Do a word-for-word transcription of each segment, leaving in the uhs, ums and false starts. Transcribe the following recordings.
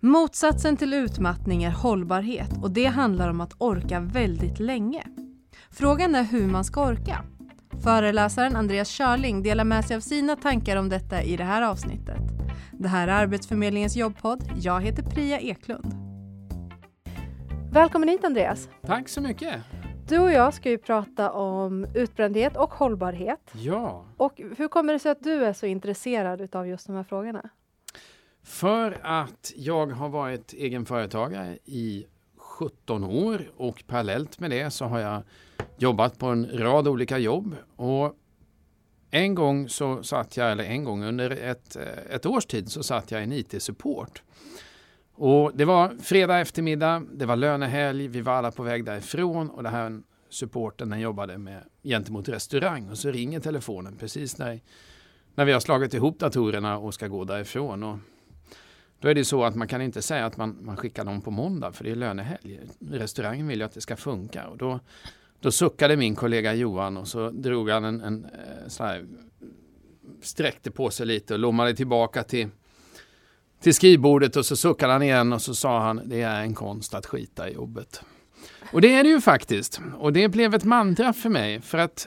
Motsatsen till utmattning är hållbarhet och det handlar om att orka väldigt länge. Frågan är hur man ska orka. Föreläsaren Andreas Körling delar med sig av sina tankar om detta i det här avsnittet. Det här är Arbetsförmedlingens jobbpodd. Jag heter Priya Eklund. Välkommen hit Andreas. Tack så mycket. Du och jag ska ju prata om utbrändhet och hållbarhet. Ja. Och hur kommer det sig att du är så intresserad av just de här frågorna? För att jag har varit egenföretagare i sjutton år och parallellt med det så har jag jobbat på en rad olika jobb. Och en gång så satt jag, eller en gång under ett, ett års tid så satt jag i en I T-support. Och det var fredag eftermiddag, det var lönehelg, vi var alla på väg därifrån och det här supporten den jobbade med gentemot restaurang och så ringer telefonen precis när, när vi har slagit ihop datorerna och ska gå därifrån. Och då är det så att man kan inte säga att man, man skickar dem på måndag för det är lönehelg. Restaurangen vill ju att det ska funka och då, då suckade min kollega Johan och så drog han en, en så här, sträckte på sig lite och lommade tillbaka till till skrivbordet och så suckade han igen och så sa han det är en konst att skita i jobbet. Och det är det ju faktiskt. Och det blev ett mantra för mig för att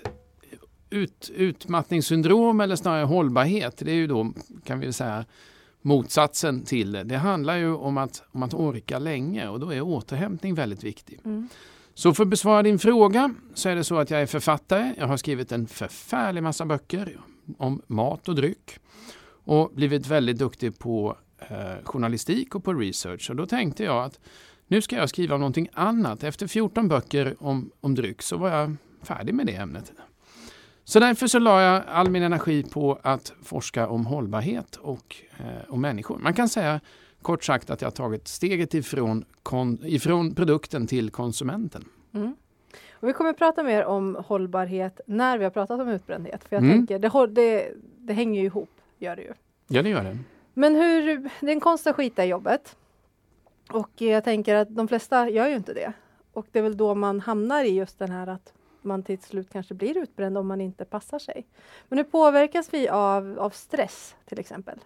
ut, utmattningssyndrom eller snarare hållbarhet det är ju då kan vi säga motsatsen till det. Det handlar ju om att, om att orka länge och då är återhämtning väldigt viktig. Mm. Så för att besvara din fråga så är det så att jag är författare. Jag har skrivit en förfärlig massa böcker om mat och dryck och blivit väldigt duktig på Eh, journalistik och på research. Och då tänkte jag att nu ska jag skriva om någonting annat. Efter fjorton böcker om, om dryck så var jag färdig med det ämnet. Så därför så la jag all min energi på att forska om hållbarhet och eh, om människor. Man kan säga kort sagt att jag har tagit steget ifrån, kon, ifrån produkten till konsumenten. Mm. Och vi kommer att prata mer om hållbarhet när vi har pratat om utbrändhet. För jag mm. tänker, det, det, det hänger ju ihop, gör det ju. Ja, det gör det. Men hur, det är en konst att skita i jobbet. Och jag tänker att de flesta gör ju inte det. Och det är väl då man hamnar i just den här att man till slut kanske blir utbränd om man inte passar sig. Men hur påverkas vi av, av stress till exempel?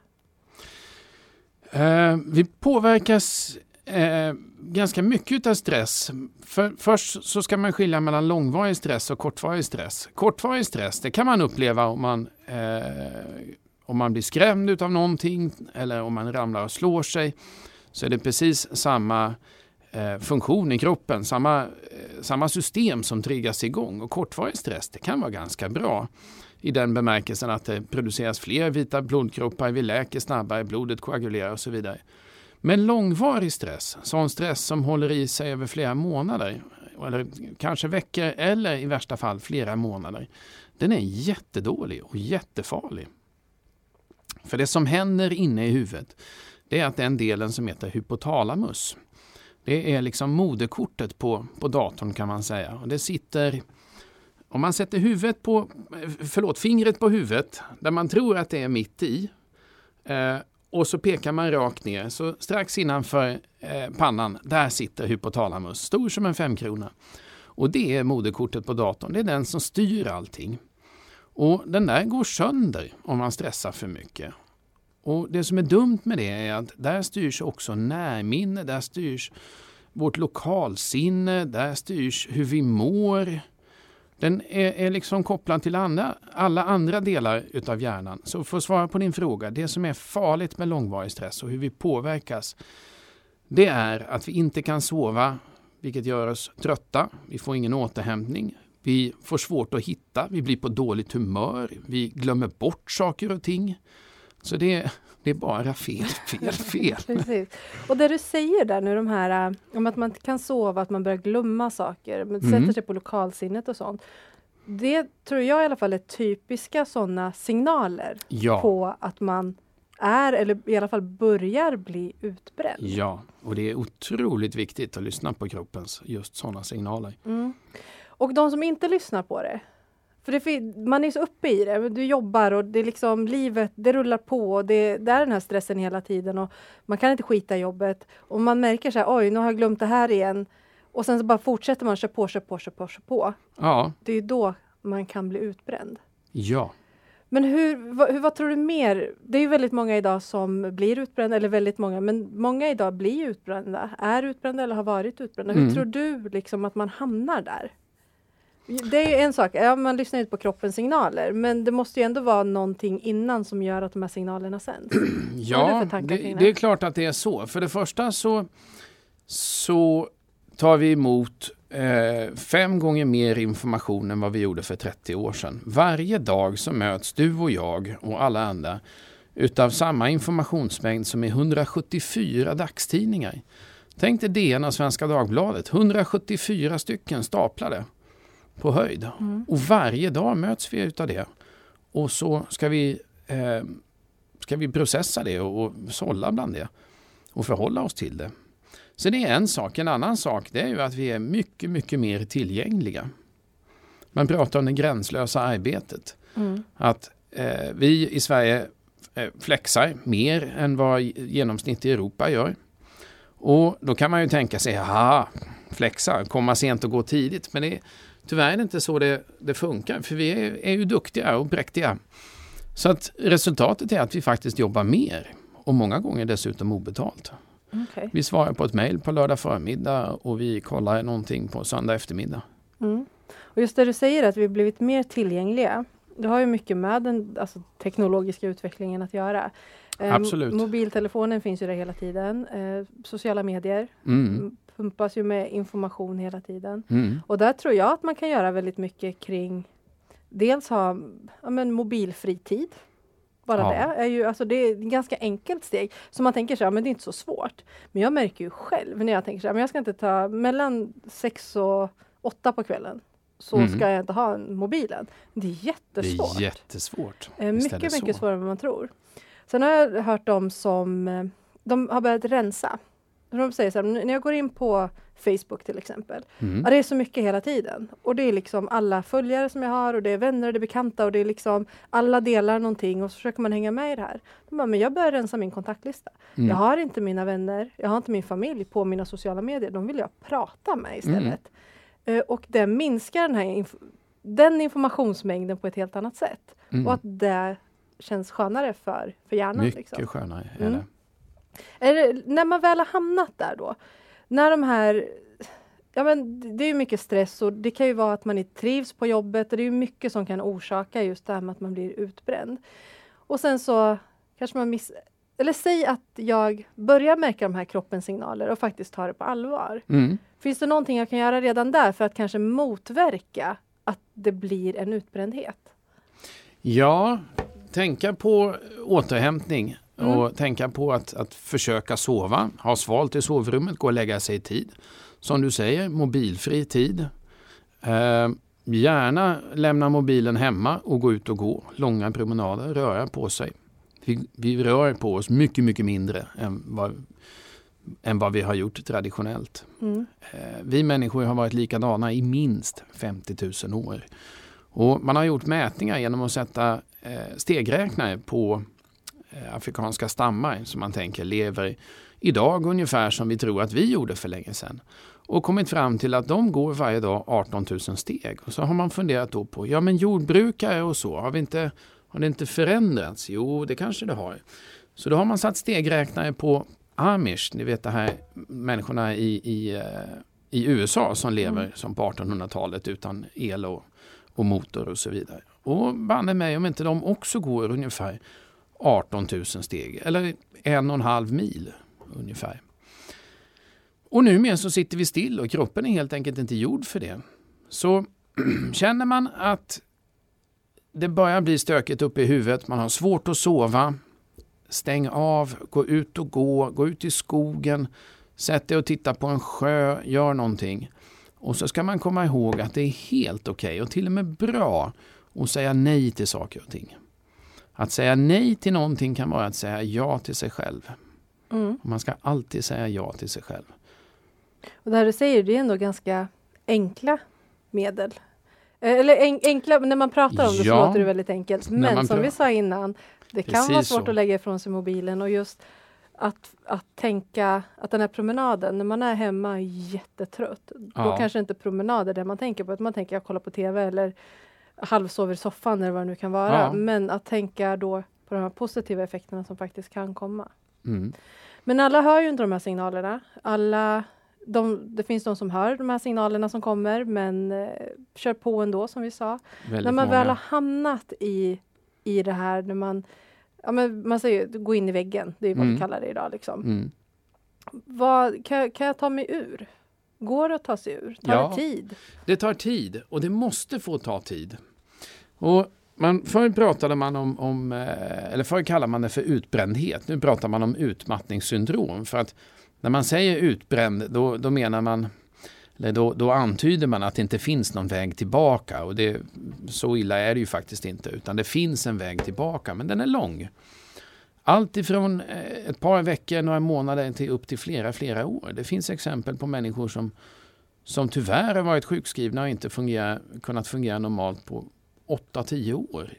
Uh, vi påverkas uh, ganska mycket av stress. För, först så ska man skilja mellan långvarig stress och kortvarig stress. Kortvarig stress det kan man uppleva om man... Uh, Om man blir skrämd utav någonting eller om man ramlar och slår sig så är det precis samma eh, funktion i kroppen, samma, eh, samma system som triggas igång. Och kortvarig stress det kan vara ganska bra i den bemärkelsen att det produceras fler vita blodkroppar, vi läker snabbare, blodet koagulerar och så vidare. Men långvarig stress, sån stress som håller i sig över flera månader eller kanske veckor eller i värsta fall flera månader, den är jättedålig och jättefarlig. För det som händer inne i huvudet det är att den delen som heter hypotalamus det är liksom moderkortet på, på datorn kan man säga. Och det sitter, om man sätter huvudet på, förlåt, fingret på huvudet där man tror att det är mitt i eh, och så pekar man rakt ner så strax innanför eh, pannan där sitter hypotalamus, stor som en femkrona. Och det är moderkortet på datorn, det är den som styr allting. Och den där går sönder om man stressar för mycket. Och det som är dumt med det är att där styrs också närminne, där styrs vårt lokalsinne, där styrs hur vi mår. Den är, är liksom kopplad till andra, alla andra delar utav hjärnan. Så för att svara på din fråga, det som är farligt med långvarig stress och hur vi påverkas, det är att vi inte kan sova, vilket gör oss trötta. Vi får ingen återhämtning. Vi får svårt att hitta, vi blir på dåligt humör, vi glömmer bort saker och ting. Så det, det är bara fel, fel, fel. Precis. Och det du säger där nu, de här, om att man kan sova, att man börjar glömma saker, man sätter mm. sig på lokalsinnet och sånt. Det tror jag i alla fall är typiska sådana signaler ja. på att man är, eller i alla fall börjar bli utbränd. Ja, och det är otroligt viktigt att lyssna på kroppens just sådana signaler. Mm. Och de som inte lyssnar på det, för det, man är så uppe i det, du jobbar och det är liksom livet, det rullar på och det, det är den här stressen hela tiden och man kan inte skita i jobbet och man märker så här, oj nu har jag glömt det här igen och sen så bara fortsätter man köra på, köra på, köra på, köra på. Ja. Det är ju då man kan bli utbränd. Ja. Men hur, vad, hur, vad tror du mer? Det är ju väldigt många idag som blir utbrända, eller väldigt många, men många idag blir utbrända, är utbrända eller har varit utbrända. Mm. Hur tror du liksom att man hamnar där? Det är ju en sak, ja, man lyssnar inte på kroppens signaler, men det måste ju ändå vara någonting innan som gör att de här signalerna sänds. Ja, det, det, det är klart att det är så. För det första så, så tar vi emot eh, fem gånger mer information än vad vi gjorde för trettio år sedan. Varje dag så möts du och jag och alla andra utav samma informationsmängd som är hundrasjuttiofyra dagstidningar. Tänk dig D N och Svenska Dagbladet, hundrasjuttiofyra stycken staplade på höjd. Mm. Och varje dag möts vi utav det. Och så ska vi, eh, ska vi processa det och, och sålla bland det. Och förhålla oss till det. Så det är en sak. En annan sak det är ju att vi är mycket, mycket mer tillgängliga. Man pratar om det gränslösa arbetet. Mm. Att eh, vi i Sverige eh, flexar mer än vad genomsnitt i Europa gör. Och då kan man ju tänka sig, haha, flexa, komma sent och gå tidigt. Men det är tyvärr är det inte så det, det funkar, för vi är, är ju duktiga och präktiga. Så att resultatet är att vi faktiskt jobbar mer och många gånger dessutom obetalt. Okay. Vi svarar på ett mejl på lördag förmiddag och vi kollar någonting på söndag eftermiddag. Mm. Och just det du säger att vi har blivit mer tillgängliga, det har ju mycket med den alltså, teknologiska utvecklingen att göra. Absolut. Eh, mobiltelefonen finns ju där hela tiden. Eh, sociala medier. Mm. Pumpas ju med information hela tiden. Mm. Och där tror jag att man kan göra väldigt mycket kring dels ha ja, men mobilfritid. Bara ja. det är ju alltså det är ett ganska enkelt steg. Så man tänker så här, men det är inte så svårt. Men jag märker ju själv när jag tänker så här, men jag ska inte ta mellan sex och åtta på kvällen. Så mm. ska jag inte ha mobilen. Det är jättesvårt. Det är jättesvårt. Eh, mycket, mycket svårare än vad man tror. Sen har jag hört dem som de har börjat rensa. De säger så här, när jag går in på Facebook till exempel. Mm. Ja, det är så mycket hela tiden. Och det är liksom alla följare som jag har. Och det är vänner och det är bekanta. Och det är liksom alla delar någonting. Och så försöker man hänga med i det här. De bara, men jag börjar rensa min kontaktlista. Mm. Jag har inte mina vänner. Jag har inte min familj på mina sociala medier. De vill jag prata med istället. Mm. Uh, och det minskar den här inf- den informationsmängden på ett helt annat sätt. Mm. Och att det känns skönare för, för hjärnan. Mycket liksom. skönare är mm. det. Är det. När man väl har hamnat där då. När de här, ja men det är ju mycket stress och det kan ju vara att man inte trivs på jobbet och det är ju mycket som kan orsaka just det här med att man blir utbränd. Och sen så kanske man miss, eller säg att jag börjar märka de här kroppens signaler och faktiskt tar det på allvar. Mm. Finns det någonting jag kan göra redan där för att kanske motverka att det blir en utbrändhet? Ja, tänka på återhämtning. Mm. Och tänka på att, att försöka sova, ha svalt i sovrummet, gå och lägga sig i tid. Som du säger, mobilfri tid. Eh, gärna lämna mobilen hemma och gå ut och gå. Långa promenader, röra på sig. Vi, vi rör på oss mycket, mycket mindre än vad, än vad vi har gjort traditionellt. Mm. Eh, vi människor har varit likadana i minst femtio tusen år. Och man har gjort mätningar genom att sätta eh, stegräknare på afrikanska stammar som man tänker lever idag ungefär som vi tror att vi gjorde för länge sedan. Och kommit fram till att de går varje dag arton tusen steg. Och så har man funderat då på, ja men jordbrukare och så, har, vi inte, har det inte förändrats? Jo, det kanske det har. Så då har man satt stegräknare på Amish, ni vet det här människorna i, i, i U S A som lever mm. som på artonhundratalet utan el och, och motor och så vidare. Och banne mig om inte de också går ungefär arton tusen steg eller en och en halv mil ungefär. Och nu med så sitter vi still och kroppen är helt enkelt inte gjord för det. Så känner man att det börjar bli stökigt uppe i huvudet, man har svårt att sova, stäng av, gå ut och gå, gå ut i skogen, sätt dig och titta på en sjö, gör någonting. Och så ska man komma ihåg att det är helt okej okay och till och med bra att säga nej till saker och ting. Att säga nej till någonting kan vara att säga ja till sig själv. Mm. Man ska alltid säga ja till sig själv. Och det här du säger, det är ändå ganska enkla medel. Eller en, enkla, när man pratar om det ja, så låter det väldigt enkelt. Men som pr- vi sa innan, det kan Precis vara svårt så. Att lägga ifrån sig mobilen. Och just att, att tänka att den här promenaden, när man är hemma jättetrött. Ja. Då kanske inte promenader där man tänker på. Att man tänker att jag kollar på tv eller halvsover i soffan eller vad det nu kan vara. Ja. Men att tänka då på de här positiva effekterna som faktiskt kan komma. Mm. Men alla hör ju inte de här signalerna. Alla, de, det finns de som hör de här signalerna som kommer, men eh, kör på ändå, som vi sa. Väldigt när man många. väl har hamnat i, i det här, när man, ja, men man säger gå in i väggen, det är vad Mm. vi kallar det idag. Liksom. Mm. Vad, kan, kan jag ta mig ur? Går det att ta sig ur? Tar Ja. det tid? Det tar tid och det måste få ta tid. Och man, förr pratade man om, om, eller förr kallade man det för utbrändhet. Nu pratar man om utmattningssyndrom. För att när man säger utbränd, då, då menar man, eller då, då antyder man att det inte finns någon väg tillbaka. Och det, så illa är det ju faktiskt inte, utan det finns en väg tillbaka, men den är lång. Allt ifrån ett par veckor, några månader till upp till flera, flera år. Det finns exempel på människor som, som tyvärr har varit sjukskrivna och inte fungerar, kunnat fungera normalt på åtta till tio år.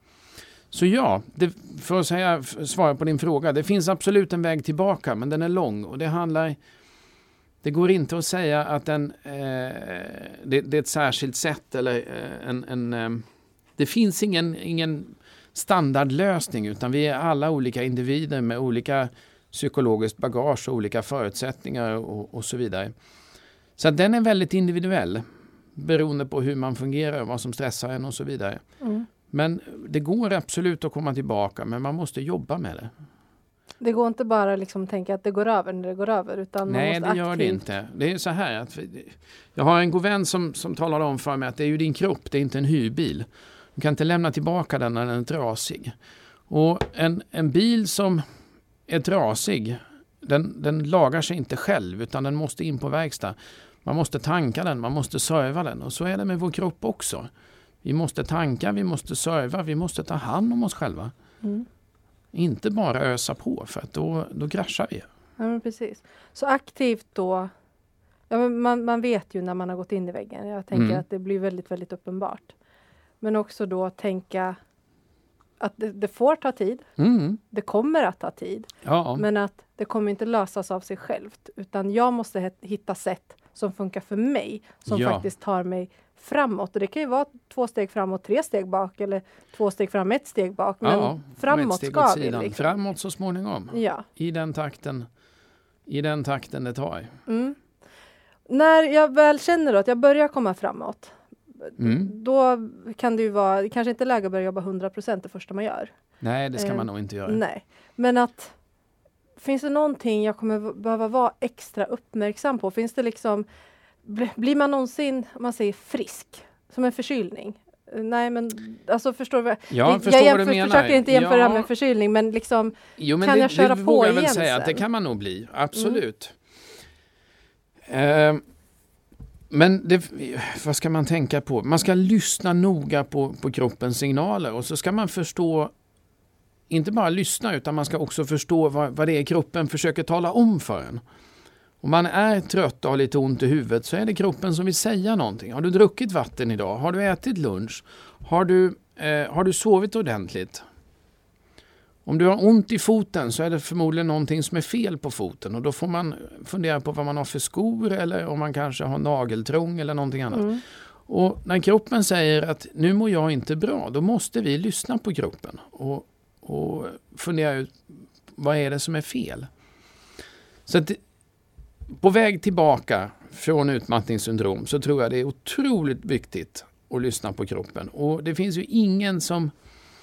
Så ja, det, för att säga, svara på din fråga, det finns absolut en väg tillbaka, men den är lång och det handlar, det går inte att säga att den, eh, det, det är ett särskilt sätt eller eh, en, en eh, det finns ingen, ingen standardlösning, utan vi är alla olika individer med olika psykologiskt bagage och olika förutsättningar och, och så vidare. Så att den är väldigt individuell beroende på hur man fungerar, vad som stressar en och så vidare. Mm. Men det går absolut att komma tillbaka, men man måste jobba med det. Det går inte bara liksom tänka att det går över när det går över, utan man Nej, måste det gör aktivt... det inte. Det är så här att jag har en god vän som, som talar om för mig att det är ju din kropp, det är inte en hyrbil. Du kan inte lämna tillbaka den när den är trasig. Och en, en bil som är trasig, den, den lagar sig inte själv, utan den måste in på verkstad. Man måste tanka den, man måste serva den. Och så är det med vår kropp också. Vi måste tanka, vi måste serva, vi måste ta hand om oss själva. Mm. Inte bara ösa på, för att då, då kraschar vi. Ja, men precis. Så aktivt då, ja, men man, man vet ju när man har gått in i väggen. Jag tänker Mm. att det blir väldigt, väldigt uppenbart. Men också då tänka att det, det får ta tid. Mm. Det kommer att ta tid. Ja. Men att det kommer inte lösas av sig självt. Utan jag måste he- hitta sätt som funkar för mig. Som Ja. faktiskt tar mig framåt. Och det kan ju vara två steg framåt, tre steg bak. Eller två steg fram, ett steg bak. Men ja, framåt ett steg ska åt vi. sidan. Liksom. Framåt så småningom. Ja. I den takten, i den takten det tar. Mm. När jag väl känner då att jag börjar komma framåt. Mm. Då kan det ju vara, kanske inte läge att börja jobba hundra procent det första man gör. Nej, det ska Eh, man nog inte göra. Nej, men att finns det någonting jag kommer v- behöva vara extra uppmärksam på? Finns det liksom, bl- blir man någonsin, om man säger frisk, som en förkylning? Eh, Nej, men alltså förstår du vad Ja, jag, förstår jag vad du menar. försöker inte jämföra Ja. med en förkylning, men liksom Jo, men kan det, jag köra det på vågar jag väl igen säga att det sen? kan man nog bli. Absolut. Eh, men det, vad ska man tänka på? Man ska lyssna noga på, på kroppens signaler och så ska man förstå, inte bara lyssna, utan man ska också förstå vad, vad det är kroppen försöker tala om för en. Om man är trött och har lite ont i huvudet så är det kroppen som vill säga någonting. Har du druckit vatten idag? Har du ätit lunch? Har du, eh, har du sovit ordentligt? Om du har ont i foten så är det förmodligen någonting som är fel på foten. Och då får man fundera på vad man har för skor eller om man kanske har nageltrång eller någonting annat. Mm. Och när kroppen säger att nu mår jag inte bra, då måste vi lyssna på kroppen och, och fundera ut vad är det som är fel. Så att på väg tillbaka från utmattningssyndrom så tror jag det är otroligt viktigt att lyssna på kroppen. Och det finns ju ingen som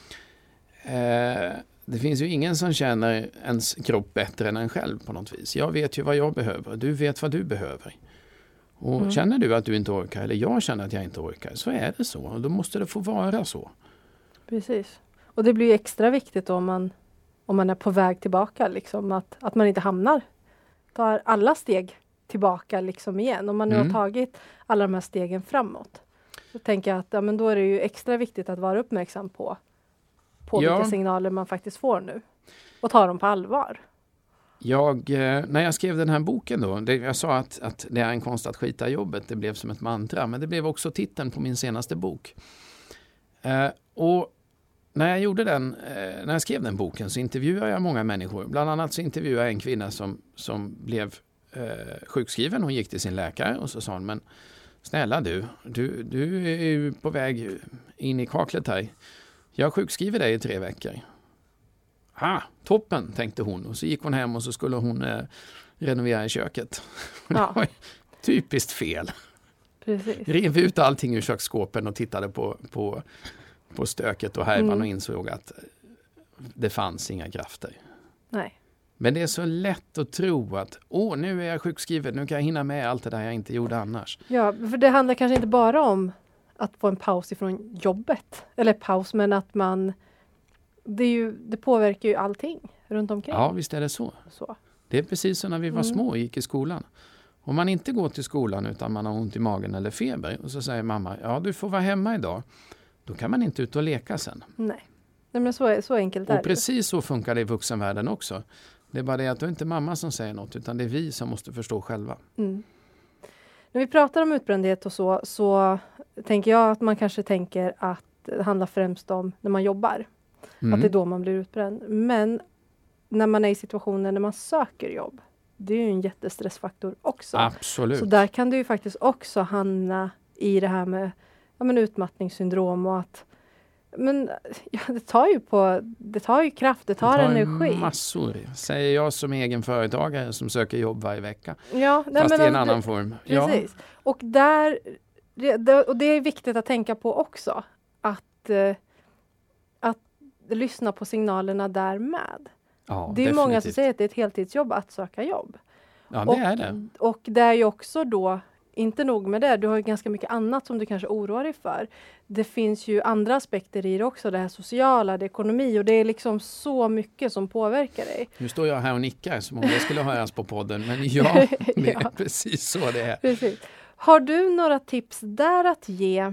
eh, det finns ju ingen som känner ens kropp bättre än en själv på något vis. Jag vet ju vad jag behöver, du vet vad du behöver. Och Mm. känner du att du inte orkar, eller jag känner att jag inte orkar, så är det så. Och då måste det få vara så. Precis. Och det blir ju extra viktigt då om man, om man är på väg tillbaka. Liksom, att, att man inte hamnar, tar alla steg tillbaka liksom igen. Om man nu Mm. har tagit alla de här stegen framåt. Så tänker jag att ja, men då är det ju extra viktigt att vara uppmärksam på, på Ja. vilka signaler man faktiskt får nu. Och ta dem på allvar. Jag, eh, när jag skrev den här boken då, det, jag sa att, att det är en konst att skita i jobbet, det blev som ett mantra, men det blev också titeln på min senaste bok. Eh, och när jag gjorde den, eh, när jag skrev den boken så intervjuade jag många människor. Bland annat så intervjuade jag en kvinna som, som blev eh, sjukskriven. Hon gick till sin läkare och så sa hon, men snälla du, du, du är ju på väg in i kaklet här. Jag sjukskriver dig i tre veckor. Ah, toppen, tänkte hon. Och så gick hon hem och så skulle hon eh, renovera i köket. Ja. Det var typiskt fel. Precis. Rev ut allting ur köksskåpen och tittade på, på, på stöket och härvan Mm. och insåg att det fanns inga krafter. Nej. Men det är så lätt att tro att åh, nu är jag sjukskriven, nu kan jag hinna med allt det där jag inte gjorde annars. Ja, för det handlar kanske inte bara om att få en paus ifrån jobbet. Eller paus, men att man... Det, är ju, det påverkar ju allting runt omkring. Ja, visst är det så. Så. Det är precis som när vi var Mm. små och gick i skolan. Om man inte går till skolan utan man har ont i magen eller feber och så säger mamma, ja du får vara hemma idag. Då kan man inte ut och leka sen. Nej. Nej, men så, så enkelt är Och det. precis så funkar det i vuxenvärlden också. Det är bara det att det är inte mamma som säger något utan det är vi som måste förstå själva. Mm. När vi pratar om utbrändhet och så, så tänker jag att man kanske tänker att det handlar främst om när man jobbar. Mm. Att det är då man blir utbränd. Men när man är i situationer när man söker jobb, det är ju en jättestressfaktor också. Absolut. Så där kan du ju faktiskt också hamna i det här med ja, men utmattningssyndrom och att men ja, det tar ju på det tar ju kraft, det tar, det tar energi. massor, säger jag som egen företagare som söker jobb varje vecka. Ja, nej, Fast men, i en det, annan form. Precis. Ja. Och, där, det, och det är viktigt att tänka på också. Att, eh, att lyssna på signalerna där med. Ja, det är definitivt. många som säger att det är ett heltidsjobb att söka jobb. Ja, det och, är det. Och det är ju också då, inte nog med det, du har ju ganska mycket annat som du kanske oroar dig för. Det finns ju andra aspekter i det också, det här sociala, det ekonomi och det är liksom så mycket som påverkar dig. Nu står jag här och nickar som om det skulle höras på podden, men ja, det är Ja. precis så det är. Precis. Har du några tips där att ge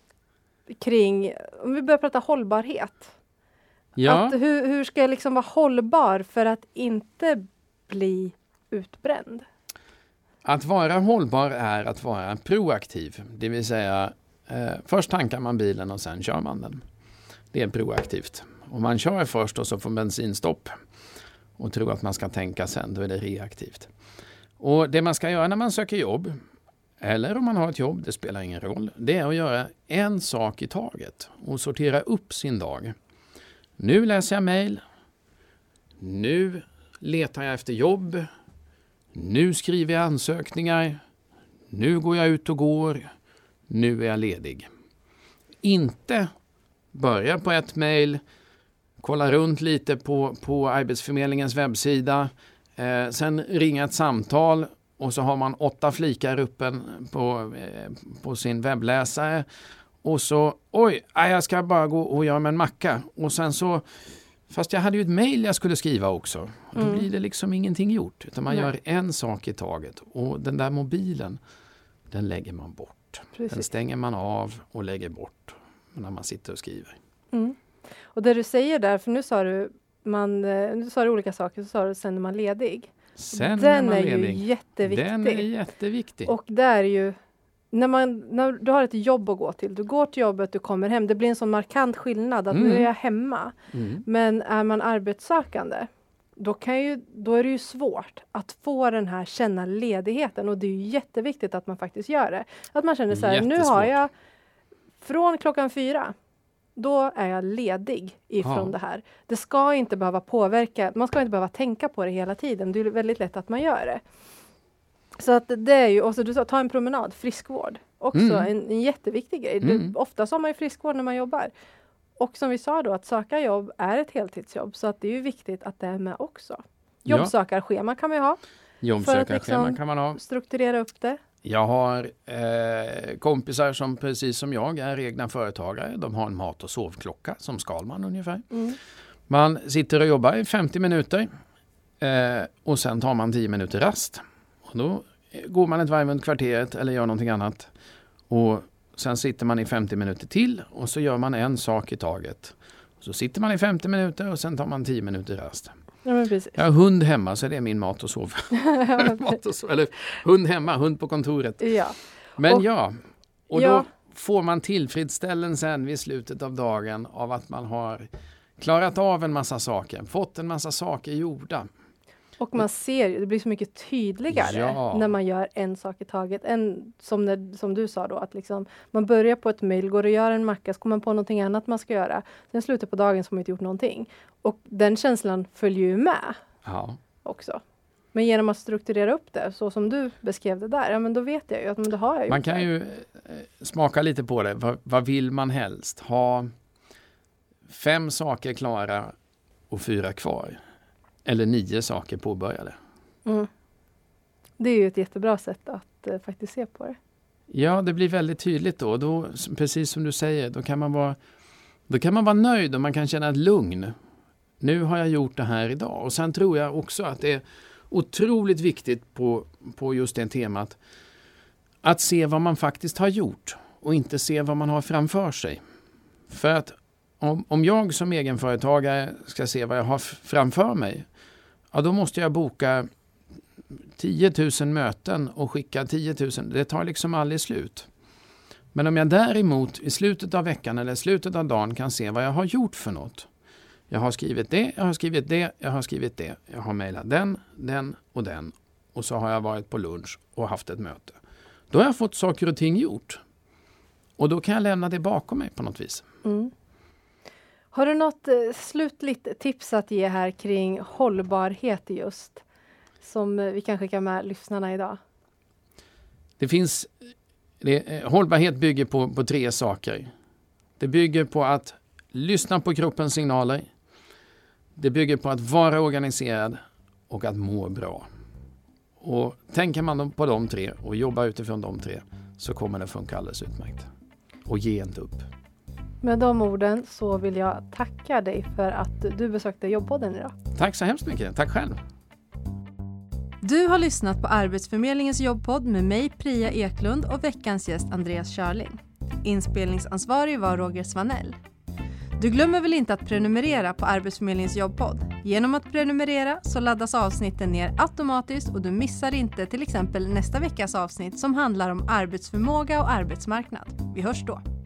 kring, om vi börjar prata hållbarhet. Ja, Att hur, hur ska jag liksom vara hållbar för att inte bli utbränd? att vara hållbar är att vara proaktiv, det vill säga eh, först tankar man bilen och sen kör man den. Det är proaktivt. Om man kör först och så får bensinstopp och tror att man ska tänka sen, då är det reaktivt. Och det man ska göra när man söker jobb, eller om man har ett jobb, det spelar ingen roll, det är att göra en sak i taget och sortera upp sin dag. Nu läser jag mejl, nu letar jag efter jobb, nu skriver jag ansökningar, nu går jag ut och går, nu är jag ledig. Inte börja på ett mejl, kolla runt lite på, på Arbetsförmedlingens webbsida, eh, sen ringa ett samtal och så har man åtta flikar uppe på, eh, på sin webbläsare och så, oj, jag ska bara gå och göra mig en macka och sen så, fast jag hade ju ett mejl jag skulle skriva också. Då Mm. blir det liksom ingenting gjort. Utan man Nej. gör en sak i taget. Och den där mobilen, den lägger man bort. Precis. Den stänger man av och lägger bort när man sitter och skriver. Mm. Och det du säger där, för nu sa du, man, eh, nu sa du olika saker, så sa du sen är man ledig. Sen Den är man är ledig. ju jätteviktig. Den är jätteviktig. Och det är ju, när, man, när du har ett jobb att gå till, du går till jobbet, du kommer hem, det blir en sån markant skillnad att Mm. nu är jag hemma. Mm. Men är man arbetssökande, då, kan ju, då är det ju svårt att få den här känna ledigheten och det är ju jätteviktigt att man faktiskt gör det. Att man känner så här, nu har Jättesvårt. jag från klockan fyra, då är jag ledig ifrån Ja. det här. Det ska inte behöva påverka, man ska inte behöva tänka på det hela tiden. Det är väldigt lätt att man gör det. Så att det är ju, och så du sa, ta en promenad, friskvård. Också Mm. en, en jätteviktig grej. Mm. Du, ofta har man ju friskvård när man jobbar. Och som vi sa då, att söka jobb är ett heltidsjobb. Så att det är ju viktigt att det är med också. Ja. Jobbsökarschema kan vi ha. Jobbsökarschema liksom- kan man ha. Strukturera upp det. Jag har eh, kompisar som precis som jag är egna företagare. De har en mat- och sovklocka som Skalman ungefär. Mm. Man sitter och jobbar i femtio minuter eh, och sen tar man tio minuter rast. Och då går man ett varv runt kvarteret eller gör någonting annat. Och sen sitter man i femtio minuter till och så gör man en sak i taget. Så sitter man i femtio minuter och sen tar man tio minuter rast. Ja, men precis. Jag har hund hemma så det är min mat och sov. mat och sov. Eller hund hemma, hund på kontoret. Ja. Men Och- ja, och Ja. då får man tillfredsställelsen vid slutet av dagen av att man har klarat av en massa saker, fått en massa saker gjorda. Och man ser ju, det blir så mycket tydligare Ja. när man gör en sak i taget. En, som, när, som du sa då, att liksom, man börjar på ett mejl, går och gör en macka, så kommer man på någonting annat man ska göra. Sen slutar på dagen så har man inte gjort någonting. Och den känslan följer ju med Ja. också. Men genom att strukturera upp det, så som du beskrev det där, ja men då vet jag ju att men då har jag gjort Man kan det. ju eh, smaka lite på det. Vad, vad vill man helst? Ha fem saker klara och fyra kvar? Eller nio saker påbörjade? Mm. Det är ju ett jättebra sätt att eh, faktiskt se på det. Ja, det blir väldigt tydligt då. då. Precis som du säger, då kan man vara, då kan man vara nöjd och man kan känna ett lugn. Nu har jag gjort det här idag. Och sen tror jag också att det är otroligt viktigt på, på just det temat att se vad man faktiskt har gjort och inte se vad man har framför sig. För att om, om jag som egenföretagare ska se vad jag har f- framför mig, ja då måste jag boka tio tusen möten och skicka tio tusen. Det tar liksom aldrig slut. Men om jag däremot i slutet av veckan eller slutet av dagen kan se vad jag har gjort för något. Jag har skrivit det, jag har skrivit det, jag har skrivit det. Jag har mejlat den, den och den. Och så har jag varit på lunch och haft ett möte. Då har jag fått saker och ting gjort. Och då kan jag lämna det bakom mig på något vis. Mm. Har du något eh, slutligt tips att ge här kring hållbarhet just? Som eh, vi kanske kan med lyssnarna idag. Det finns, det, hållbarhet bygger på, på tre saker. Det bygger på att lyssna på kroppens signaler. Det bygger på att vara organiserad och att må bra. Och tänker man på de tre och jobbar utifrån de tre så kommer det funka alldeles utmärkt. Och ge inte upp. Med de orden så vill jag tacka dig för att du besökte Jobbpodden idag. Tack så hemskt mycket. Tack själv. Du har lyssnat på Arbetsförmedlingens jobbpodd med mig Priya Eklund och veckans gäst Andreas Körling. Inspelningsansvarig var Roger Svanell. Du glömmer väl inte att prenumerera på Arbetsförmedlingens jobbpodd? Genom att prenumerera så laddas avsnitten ner automatiskt och du missar inte till exempel nästa veckas avsnitt som handlar om arbetsförmåga och arbetsmarknad. Vi hörs då!